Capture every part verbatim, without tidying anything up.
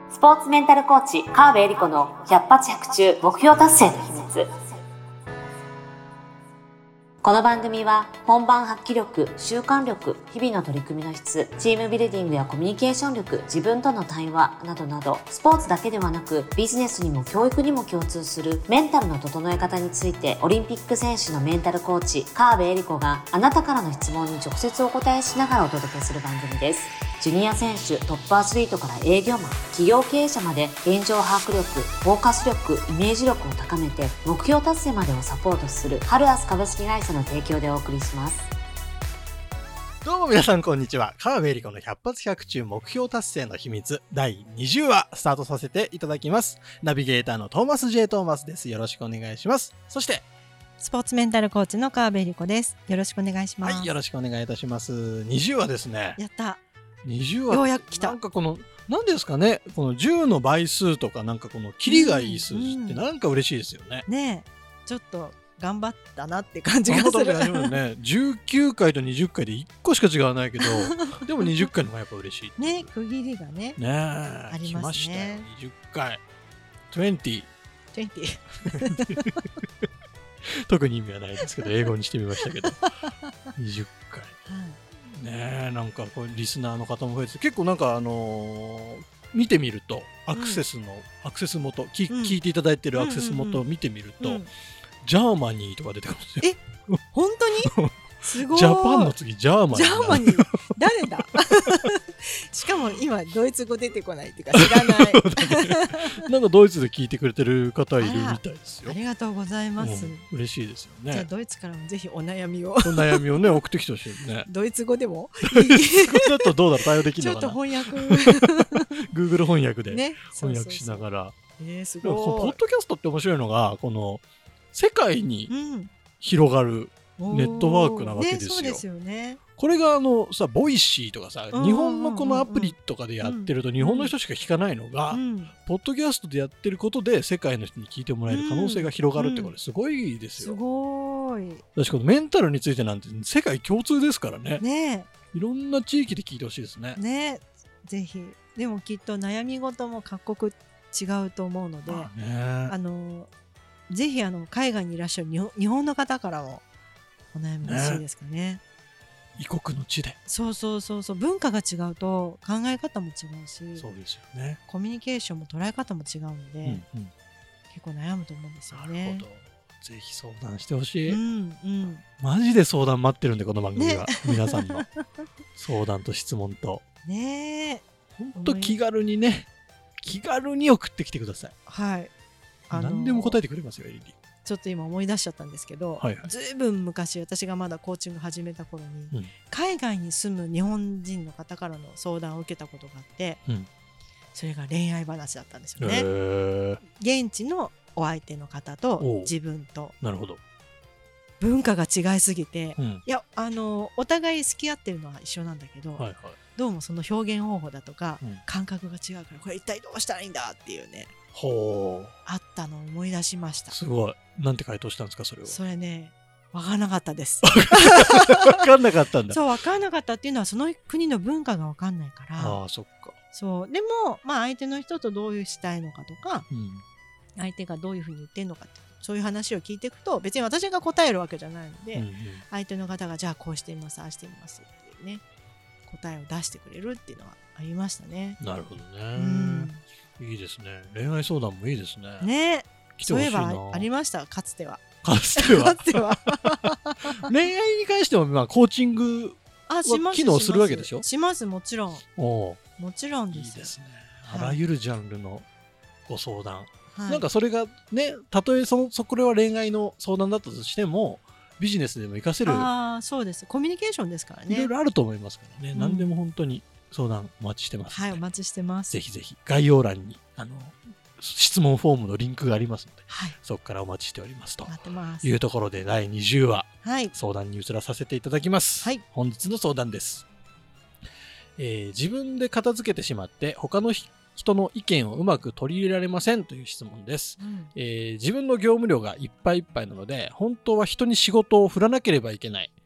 スポーツメンタルコーチ川辺恵理子の百発百中目標達成の秘密。この番組は本番発揮力、習慣力、日々の取り組みの質、チームビルディングやコミュニケーション力、自分との対話などなど、スポーツだけではなくビジネスにも教育にも共通するメンタルの整え方について、オリンピック選手のメンタルコーチ川辺恵理子があなたからの質問に直接お答えしながらお届けする番組です。ジュニア選手、トップアスリートから営業マン、企業経営者まで現状把握力、フォーカス力、イメージ力を高めて目標達成までをサポートするハルアス株式会社の提供でお送りします。 どうも皆さんこんにちは。川辺恵理子の百発百中目標達成の秘密だいにじゅうわスタートさせていただきます。ナビゲーターのトーマス J トーマスです。よろしくお願いします。そしてスポーツメンタルコーチの川辺恵理子です。よろしくお願いします。 はい、よろしくお願いいたします。にじゅうわですね。 やった。 にじゅうわようやく来た。 なんかこの何ですかね、このじゅうの倍数とかなんかこのキリがいい数字ってなんか嬉しいですよね。 うんうん、ねえ、ちょっと頑張ったなって感じがする。 頑張ったね。じゅうきゅうかいとにじゅっかいでいっこしか違わないけどでもにじゅっかいの方がやっぱ嬉しいね。区切りがね、 ねありますね。 来ましたよ。にじゅっかいにじゅう特に意味はないですけど英語にしてみましたけどにじゅっかい、うん、ねえ、なんかこうリスナーの方も増えて結構なんかあのー、見てみるとアクセスの、うん、アクセス元、き、うん、聞いていただいてるアクセス元を見てみると、うんうんうん、ジャーマニーとか出てくるんですよ。 え、本当にすごい。 ジャパンの次ジャーマニー。 ジャーマニー誰だしかも今ドイツ語出てこないっていうか知らない、 ね、なんかドイツで聞いてくれてる方いるみたいですよ。 ありがとうございます、うん、 嬉しいですよね。 じゃあドイツからもぜひお悩みをお悩みをね送ってきてほしいね。 ドイツ語でもドイツ語だとどうだろう、対応できるのかな。 ちょっと翻訳 Google 翻訳で、 ね、 翻訳しながら、 えー、すごい。 ポッドキャストって面白いのがこの世界に広がるネットワークなわけですよ、ね、そうですよね。これがあのさ、ボイシーとかさ、日本のこのアプリとかでやってると日本の人しか聞かないのが、うん、ポッドキャストでやってることで世界の人に聞いてもらえる可能性が広がるって、これすごいですよ、 うん、すごい。 私このメンタルについてなんて世界共通ですからね。 ねえ、 いろんな地域で聞いてほしいですね。 ねえ、ぜひ。でもきっと悩み事も各国違うと思うので、あ、ね、あのぜひあの海外にいらっしゃる日 本, 日本の方からもお悩み欲しいですか ね, ね。 異国の地で。 そうそうそうそう、文化が違うと考え方も違うし、 そうですよね。 コミュニケーションも捉え方も違うので、うんうん、結構悩むと思うんですよね。 なるほど。ぜひ相談してほしい、 うんうん、 マジで相談待ってるんでこの番組は、ね、皆さんの相談と質問とねえ、 ほんと気軽にね、気軽に送ってきてください。 はい、あのー、 何でも答えてくれますよ、エリリー。 ちょっと今思い出しちゃったんですけど、はいはい、ずいぶん昔私がまだコーチング始めた頃に、うん、海外に住む日本人の方からの相談を受けたことがあって、うん、それが恋愛話だったんですよね。現地のお相手の方と自分と、 なるほど、 文化が違いすぎて、うん、いや、あのお互い好き合ってるのは一緒なんだけど、はいはい、どうもその表現方法だとか、うん、感覚が違うから、これ一体どうしたらいいんだっていうね、 ほう、 あったのを思い出しました。 すごい。なんて回答したんですか、それは。 それね、分からなかったです分かんなかったんだ。 そう、分からなかったっていうのはその国の文化が分かんないから。 ああ、そっか。 そう、でもまあ相手の人とどういうしたいのかとか、うん、相手がどういうふうに言ってるのかって、そういう話を聞いていくと、別に私が答えるわけじゃないので、うんうん、相手の方がじゃあこうしてみます、ああしてみますっていうね、答えを出してくれるっていうのはありましたね。 なるほどね、うん、いいですね。恋愛相談もいいですね。 ね、そういえばありました、かつては。 かつてはかつては恋愛に関しても、まあ、コーチングは機能するわけでしょ。 します、もちろん。おもちろんです。 いいですね。あらゆるジャンルのご相談、はい、なんかそれがね、たとえそそこれは恋愛の相談だったとしてもビジネスでも活かせる。 ああ、そうです。コミュニケーションですからね。 いろいろあると思いますからね、うん、何でも本当に相談お待ちしてます。 はい、お待ちしてます。 ぜひぜひ概要欄にあの質問フォームのリンクがありますので、はい、そこからお待ちしておりますというところで、だいにじゅうわ、はい、相談に移らさせていただきます、はい、本日の相談です、えー、自分で片付けてしまって他の人の意見をうまく取り入れられませんという質問です、うんえー、自分の業務量がいっぱいいっぱいなので本当は人に仕事を振らなければいけない。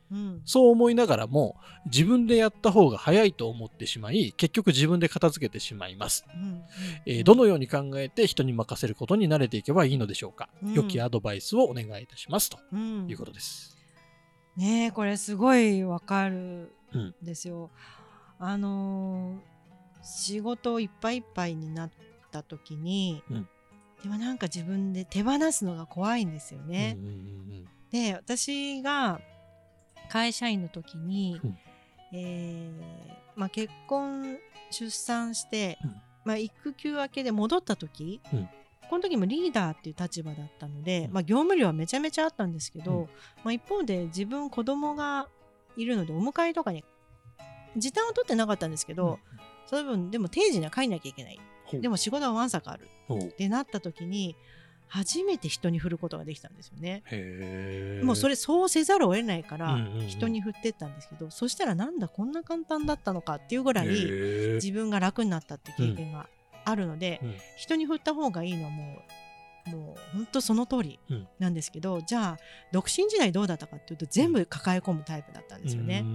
うん、そう思いながらも自分でやった方が早いと思ってしまい結局自分で片付けてしまいます、うんうんえー、どのように考えて人に任せることに慣れていけばいいのでしょうか、うん、良きアドバイスをお願いいたしますということです、 うん、ねえこれすごいわかるんですよ、うん、あのー、仕事いっぱいいっぱいになった時に、うん、でもなんか自分で手放すのが怖いんですよね、うんうんうんうんで私が会社員の時に、うんえーまあ、結婚出産して、うんまあ、育休明けで戻った時、うん、この時もリーダーっていう立場だったので、うんまあ、業務量はめちゃめちゃあったんですけど、うんまあ、一方で自分子供がいるのでお迎えとかに時短を取ってなかったんですけど、うん、その分でも定時には帰んなきゃいけない、うん、でも仕事はわんさかある、うん、ってなった時に初めて人に振ることができたんですよね。へーもうそれそうせざるを得ないから人に振ってったんですけど、うんうんうん、そしたらなんだこんな簡単だったのかっていうぐらい自分が楽になったって経験があるので、うんうん、人に振った方がいいのはもうもう本当その通りなんですけど、うん、じゃあ独身時代どうだったかっていうと全部抱え込むタイプだったんですよね、うん、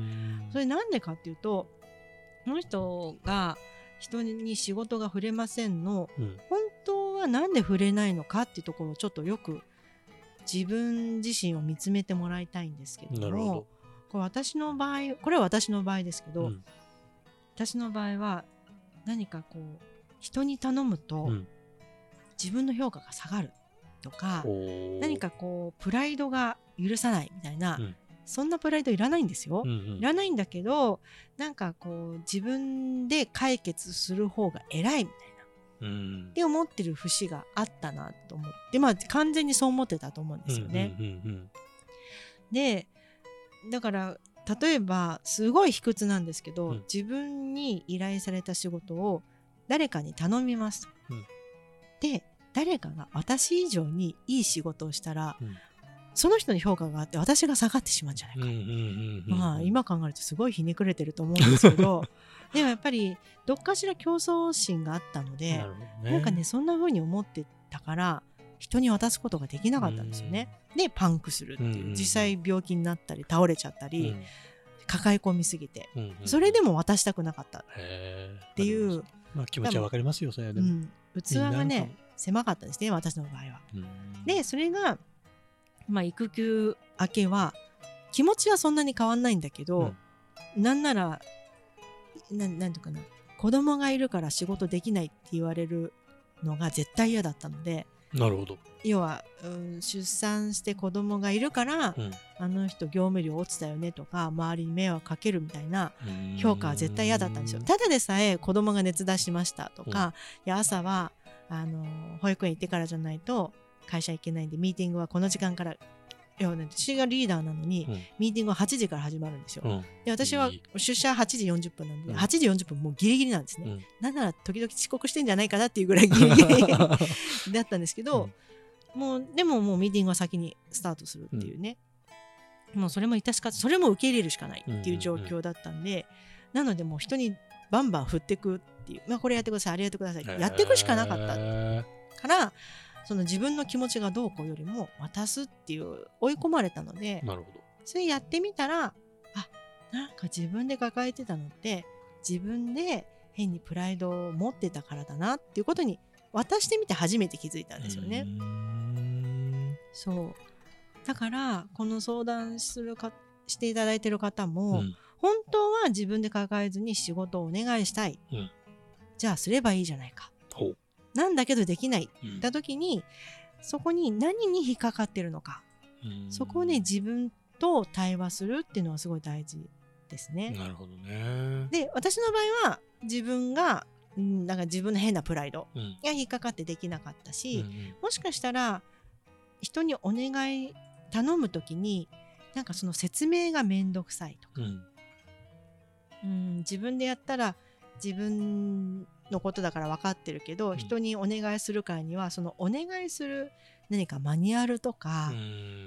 それなんでかっていうとこの人が人に仕事が触れませんの、うん、本当はなんで触れないのかっていうところをちょっとよく自分自身を見つめてもらいたいんですけども、なるほど。これ私の場合これは私の場合ですけど、うん、私の場合は何かこう人に頼むと、うん、自分の評価が下がるとか何かこうプライドが許さないみたいな、うんそんなプライドいらないんですよ、うんうん、いらないんだけどなんかこう自分で解決する方が偉いみたいな、うん、って思ってる節があったなと思ってまあ完全にそう思ってたと思うんですよね、うんうんうんうん、でだから例えばすごい卑屈なんですけど、うん、自分に依頼された仕事を誰かに頼みますと、うん、で誰かが私以上にいい仕事をしたら、うんその人の評価があって私が下がってしまうんじゃないか、うんうんうんうん、まあ今考えるとすごいひねくれてると思うんですけどでもやっぱりどっかしら競争心があったので なるほどね、なんかねそんな風に思ってたから人に渡すことができなかったんですよね、うん、でパンクするっていう、うんうん、実際病気になったり倒れちゃったり、うん、抱え込みすぎて、うんうん、それでも渡したくなかったっていう、 まあ、気持ちはわかりますよそれはでも、うん、 器がね狭かったんですね私の場合は、うん、でそれがまあ、育休明けは気持ちはそんなに変わんないんだけど、うん、なんなら な, なんていうかな子供がいるから仕事できないって言われるのが絶対嫌だったのでなるほど要は、うん、出産して子供がいるから、うん、あの人業務量落ちたよねとか周りに迷惑かけるみたいな評価は絶対嫌だったんですよ。ただでさえ子供が熱出しましたとか、うん、いや朝はあの保育園行ってからじゃないと会社行けないんでミーティングはこの時間からいや、ね、私がリーダーなのに、うん、ミーティングははちじから始まるんですよ、うん、で私は出社はちじよんじゅっぷんなんで、うん、はちじよんじゅっぷんもうギリギリなんですね、うん、なんなら時々遅刻してんじゃないかなっていうぐらいギリギリだったんですけど、うん、もうでももうミーティングは先にスタートするっていうね、もうそれも致し方それも受け入れるしかないっていう状況だったんで、うんうんうん、なのでもう人にバンバン振ってくっていう、まあ、これやってくださいあれやってくださいってやっていくしかなかったからその自分の気持ちがどうこうよりも渡すっていう追い込まれたので、なるほどそれやってみたらあなんか自分で抱えてたのって自分で変にプライドを持ってたからだなっていうことに渡してみて初めて気づいたんですよね。うーんそうだからこの相談するかしていただいている方も、うん、本当は自分で抱えずに仕事をお願いしたい、うん、じゃあすればいいじゃないかなんだけどできないった時に、うん、そこに何に引っかかってるのか、そこをね自分と対話するっていうのはすごい大事ですね。 なるほどね。 で私の場合は自分が、うん、なんか自分の変なプライドが引っかかってできなかったし、うん、もしかしたら人にお願い頼む時になんかその説明がめんどくさいとか、うんうん、自分でやったら自分のことだから分かってるけど、うん、人にお願いするからにはそのお願いする何かマニュアルとか、うん、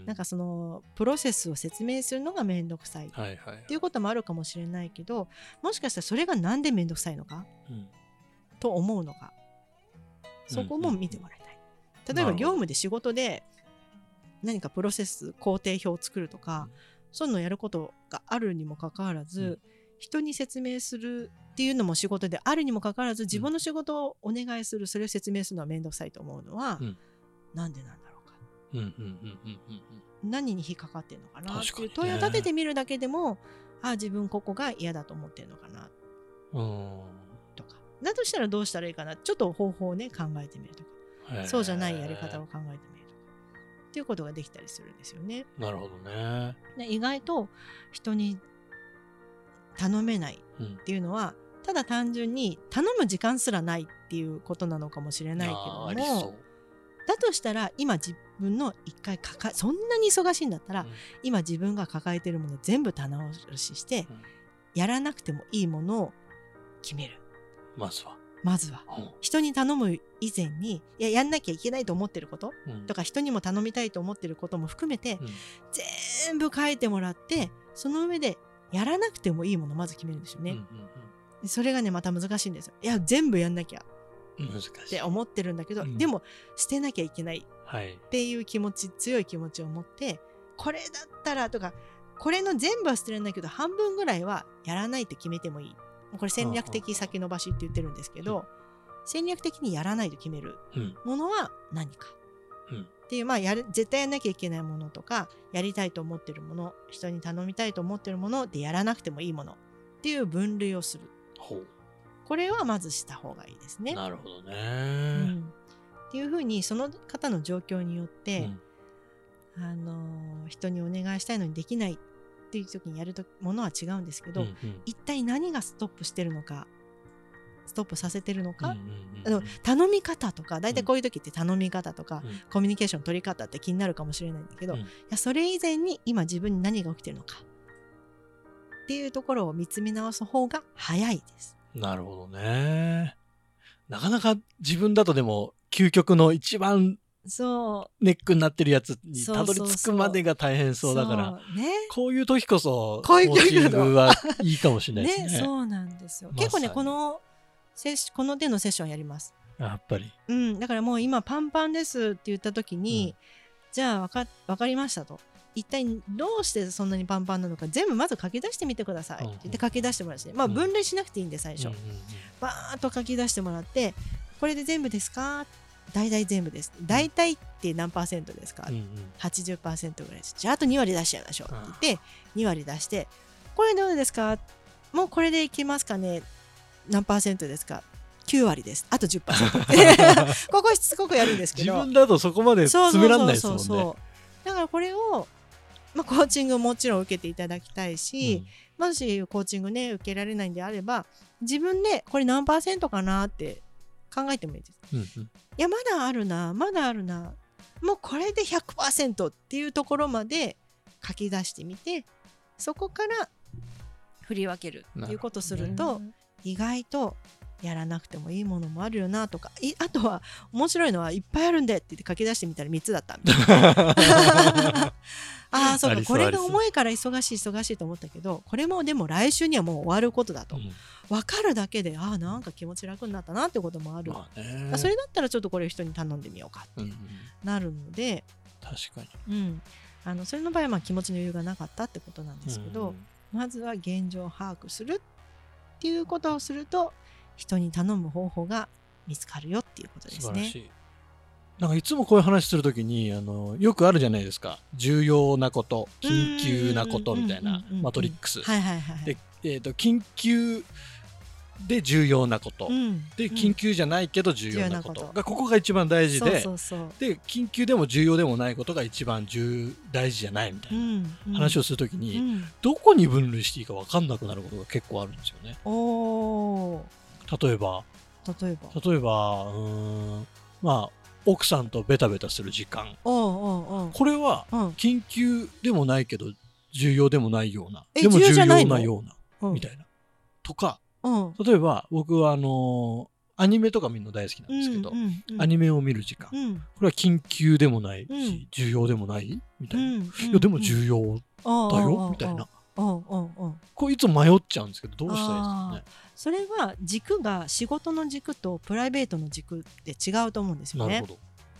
なんかそのプロセスを説明するのがめんどくさいっていうこともあるかもしれないけど、もしかしたらそれがなんでめんどくさいのか、うん、と思うのかそこも見てもらいたい、うんうん、例えば業務で仕事で何かプロセス工程表を作るとかそういうのをやることがあるにもかかわらず、うん、人に説明するっていうのも仕事であるにもかかわらず、自分の仕事をお願いする、それを説明するのは面倒くさいと思うのは、うん、なんでなんだろうか、うんうんうんうんうん、何に引っかかってるのかなっていう問いを立ててみるだけでも、あ、自分ここが嫌だと思ってるのかな、うん、とか、だとしたらどうしたらいいかな、ちょっと方法をね考えてみるとか、そうじゃないやり方を考えてみるとかっていうことができたりするんですよね。 なるほどね。 で、意外と人に頼めないっていうのは、うん、ただ単純に頼む時間すらないっていうことなのかもしれないけども、だとしたら今自分の一回抱え、そんなに忙しいんだったら、うん、今自分が抱えてるもの全部棚卸しして、うん、やらなくてもいいものを決める。 まずはまずは、うん、人に頼む以前に、いや、やんなきゃいけないと思ってること、うん、とか人にも頼みたいと思ってることも含めて、うん、全部書いてもらって、その上でやらなくてもいいものをまず決めるんですよね、うんうんうん、それがねまた難しいんですよ。いや、全部やんなきゃって思ってるんだけど、うん、でも捨てなきゃいけないっていう気持ち、はい、強い気持ちを持って、これだったらとか、これの全部は捨てられないけど半分ぐらいはやらないと決めてもいい。これ戦略的先延ばしって言ってるんですけど、うん、戦略的にやらないと決めるものは何か、うん、っていう、まあ、やる絶対やらなきゃいけないものとか、やりたいと思ってるもの、人に頼みたいと思ってるものでやらなくてもいいものっていう分類をする。ほう、これはまずした方がいいですね。 なるほどね、 うん、っていうふうにその方の状況によって、うん、あのー、人にお願いしたいのにできないっていう時にやるとものは違うんですけど、うんうん、一体何がストップしてるのか、ストップさせてるのか、うんうんうん、あの頼み方とか、だいたいこういう時って頼み方とか、うん、コミュニケーション取り方って気になるかもしれないんだけど、うん、いや、それ以前に今自分に何が起きてるのかっていうところを見つめ直す方が早いです。 なるほどね。なかなか自分だとでも究極の一番そうネックになってるやつにたどり着くまでが大変そうだから、そうそう、ね、こういう時こそコーチングはいいかもしれないですね。 ね、そうなんですよ。ま、結構ね、このセッこの手のセッションやります。 やっぱり、 うん、だからもう今パンパンですって言った時に、うん、じゃあわかわかりましたと、一体どうしてそんなにパンパンなのか全部まず書き出してみてくださいって言って書き出してもらって、うん、まあ分類しなくていいんで最初、うん、バーッと書き出してもらって、これで全部ですか、大体全部です。大体って何パーセントですか、うんうん、はちじゅっパーセント ぐらいです。じゃああとに割出しちゃいましょうって言って、に割出して、これどうですか、もうこれでいきますかね、何パーセントですか、きゅう割です、あと じゅっパーセント ここしつこくやるんですけど、 自分だとそこまで詰めらんないですもんね。そうそうそうそう、 だからこれを、まあ、コーチングもちろん受けていただきたいし、うん、もしコーチングね受けられないんであれば、自分でこれ何パーセントかなって考えてもいいです、うんうん、いやまだあるなまだあるな、もうこれで ひゃくパーセント っていうところまで書き出してみて、そこから振り分けるっていうことをすると、意外とやらなくてもいいものもあるよなとか、いあとは面白いのはいっぱいあるんでって言って書き出してみたらみっつだったみたいなああそうか、これが重いから忙しい忙しいと思ったけど、これもでも来週にはもう終わることだと、うん、分かるだけで、ああなんか気持ち楽になったなってこともある、まあね、それだったらちょっとこれ人に頼んでみようかってなるので、 うんうん、確かに、 うん、あのそれの場合はまあ気持ちの余裕がなかったってことなんですけど、うん、まずは現状を把握するっていうことをすると、人に頼む方法が見つかるよっていうことですね。素晴らしい。 なんかいつもこういう話するときに、あのよくあるじゃないですか、重要なこと、緊急なことみたいなマトリックスで、えーと、緊急で重要なこと、うん、で緊急じゃないけど重要なことが、ここが一番大事で、そうそうそう、で緊急でも重要でもないことが一番重大事じゃないみたいな話をするときに、うんうん、どこに分類していいか分かんなくなることが結構あるんですよね。 お例えば例えば例えばうーんまあ奥さんとベタベタする時間、おうおうおう、これは緊急でもないけど重要でもないような、でも重要なようなみたいなとか、例えば僕はあのー、アニメとか見るの大好きなんですけど、うんうんうん、アニメを見る時間、うん、これは緊急でもないし、うん、重要でもないみたいな、うんうんうん、いやでも重要だよみたいな、おうおうおう、これいつも迷っちゃうんですけど、どうしたらいいですかね。 それは軸が仕事の軸とプライベートの軸って違うと思うんですよね。なるほど。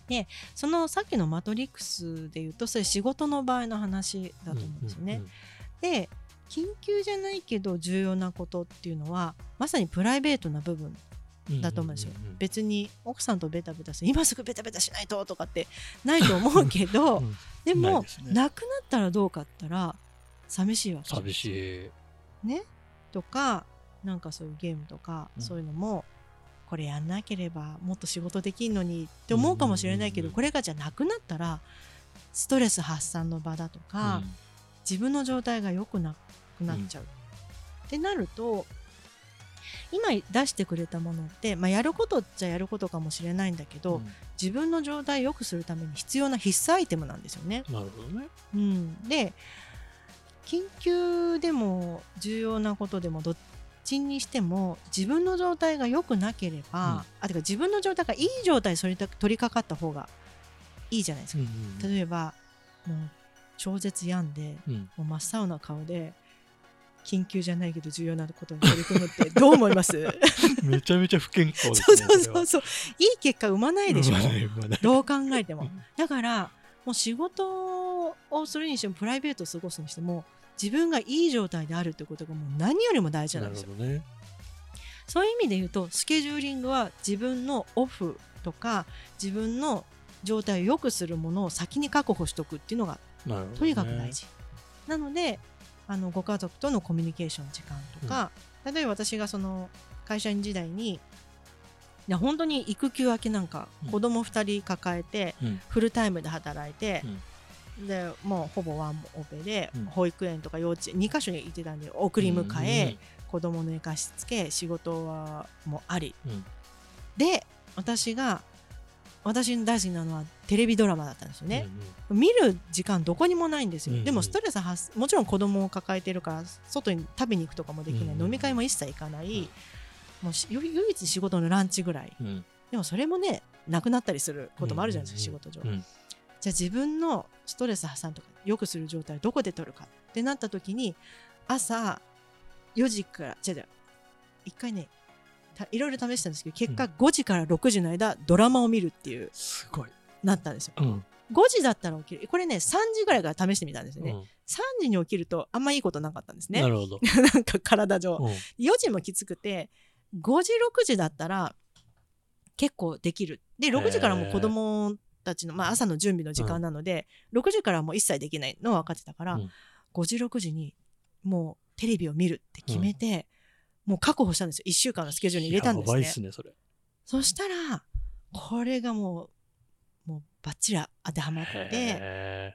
でそのさっきのマトリックスでいうとそれ仕事の場合の話だと思うんですよね、うんうんうん、で緊急じゃないけど重要なことっていうのはまさにプライベートな部分だと思うんですよ、うんうんうんうん、別に奥さんとベタベタして今すぐベタベタしないととかってないと思うけど、うん、でもで、ね、なくなったらどうかったら寂しいわけ寂しいねとかなんかそういうゲームとか、うん、そういうのもこれやんなければもっと仕事できんのにって思うかもしれないけど、うんうんうん、これがじゃなくなったらストレス発散の場だとか、うん、自分の状態が良くなくなっちゃう、うん、ってなると今出してくれたものって、まあ、やることっちゃやることかもしれないんだけど、うん、自分の状態を良くするために必要な必須アイテムなんですよね。 なるほどね、 うん、で緊急でも重要なことでもどっちにしても自分の状態が良くなければ、うん、あてか自分の状態がいい状態に取り掛かった方がいいじゃないですか、うんうんうん、例えばもう超絶病んで、うん、もう真っ青な顔で緊急じゃないけど重要なことに取り組むってどう思いますめちゃめちゃ不健康ですね。 そうそうそうそういい結果生まないでしょどう考えても。だからもう仕事をするにしてもプライベートを過ごすにしても自分がいい状態であるということがもう何よりも大事なんですよ。なるほどね。そういう意味で言うとスケジューリングは自分のオフとか自分の状態を良くするものを先に確保しておくっていうのがとにかく大事なのであのご家族とのコミュニケーション時間とか、うん、例えば私がその会社員時代にいや本当に育休明けなんか、うん、子供ふたり抱えて、うん、フルタイムで働いて、うん、でもうほぼワンオペで、うん、保育園とか幼稚園にか所に行ってたんで送り迎え、うん、子供の寝かしつけ仕事はもあり、うん、で私が私に大好きなのはテレビドラマだったんですよね、うんうん、見る時間どこにもないんですよ、うんうん、でもストレス発もちろん子供を抱えてるから外に食べに行くとかもできない、うんうん、飲み会も一切行かない、うん、もう唯一仕事のランチぐらい、うん、でもそれもねなくなったりすることもあるじゃないですか、うんうん、仕事上、うん、じゃあ自分のストレス発散とか良くする状態をどこで取るかってなった時に朝よじからじゃあ一回ねいろいろ試したんですけど結果ごじからろくじの間ドラマを見るっていうすごいなったんですよ、うん、ごじだったら起きるこれねさんじぐらいから試してみたんですよね、うん、さんじに起きるとあんまいいことなかったんですね。 なるほどなんか体上、うん、よじもきつくてごじろくじだったら結構できるでろくじからもう子供たちの、まあ、朝の準備の時間なので、うん、ろくじからもう一切できないのは分かってたから、うん、ごじろくじにもうテレビを見るって決めて、うん、もう確保したんですよ。いっしゅうかんのスケジュールに入れたんですね。 やばいっすねそれ。 そしたらこれがもうもうバッチリ当てはまって、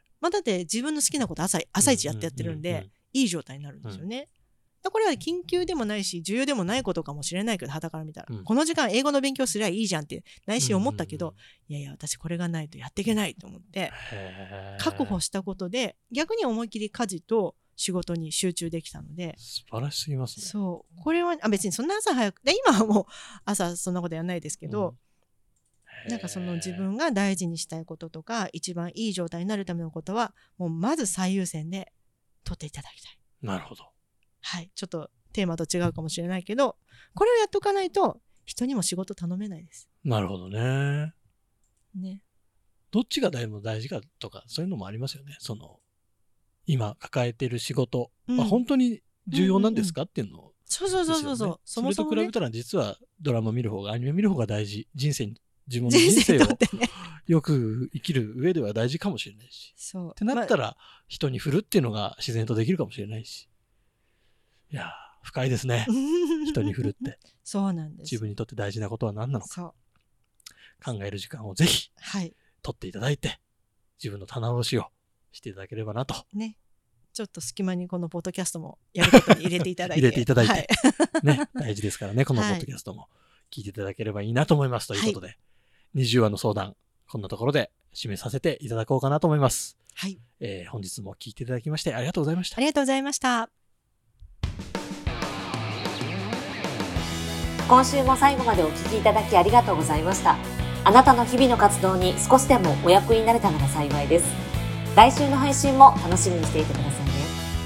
まあ、だって自分の好きなこと朝朝一やってやってるんで、うんうんうんうん、いい状態になるんですよね、うん、これは緊急でもないし重要でもないことかもしれないけど傍から見たら、うん、この時間英語の勉強すりゃいいじゃんって内心思ったけど、うんうんうん、いやいや私これがないとやっていけないと思って確保したことで逆に思い切り家事と仕事に集中できたので素晴らしすぎますね。 そうこれはあ別にそんな朝早くで今はもう朝そんなことやらないですけど、うん、なんかその自分が大事にしたいこととか一番いい状態になるためのことはもうまず最優先で取っていただきたい。 なるほど。 はいちょっとテーマと違うかもしれないけどこれをやっとかないと人にも仕事頼めないです。 なるほどね。 ねどっちが大事かとかそういうのもありますよね。その今抱えている仕事、うんまあ、本当に重要なんですか、うんうんうん、っていうのを、ね、 そうそうそうそう。 それと比べたら実はドラマ見る方がアニメ見る方が大事人生に自分の人生をよく生きる上では大事かもしれないしそうってなったら人に振るっていうのが自然とできるかもしれないしいや深いですね人に振るってそうなんです。 自分にとって大事なことは何なのかそう考える時間をぜひ、はい、取っていただいて自分の棚卸しをしていただければなとね。ちょっと隙間にこのポッドキャストもやることに入れていただいて入れていただいて、はいね、大事ですからねこのポッドキャストも聞いていただければいいなと思います、はい、ということでにじゅうわの相談こんなところで締めさせていただこうかなと思います、はいえー、本日も聞いていただきましてありがとうございました。 ありがとうございました。 今週も最後までお聞きいただきありがとうございました。あなたの日々の活動に少しでもお役になれたなら幸いです。来週の配信も楽しみにしていてくださいね。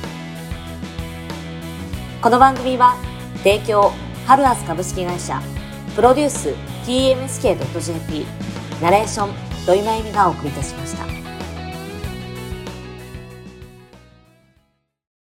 この番組は提供ハルアス株式会社プロデュース ティーエムエスケードットジェーピー ナレーション土井真由美がお送りいたしました。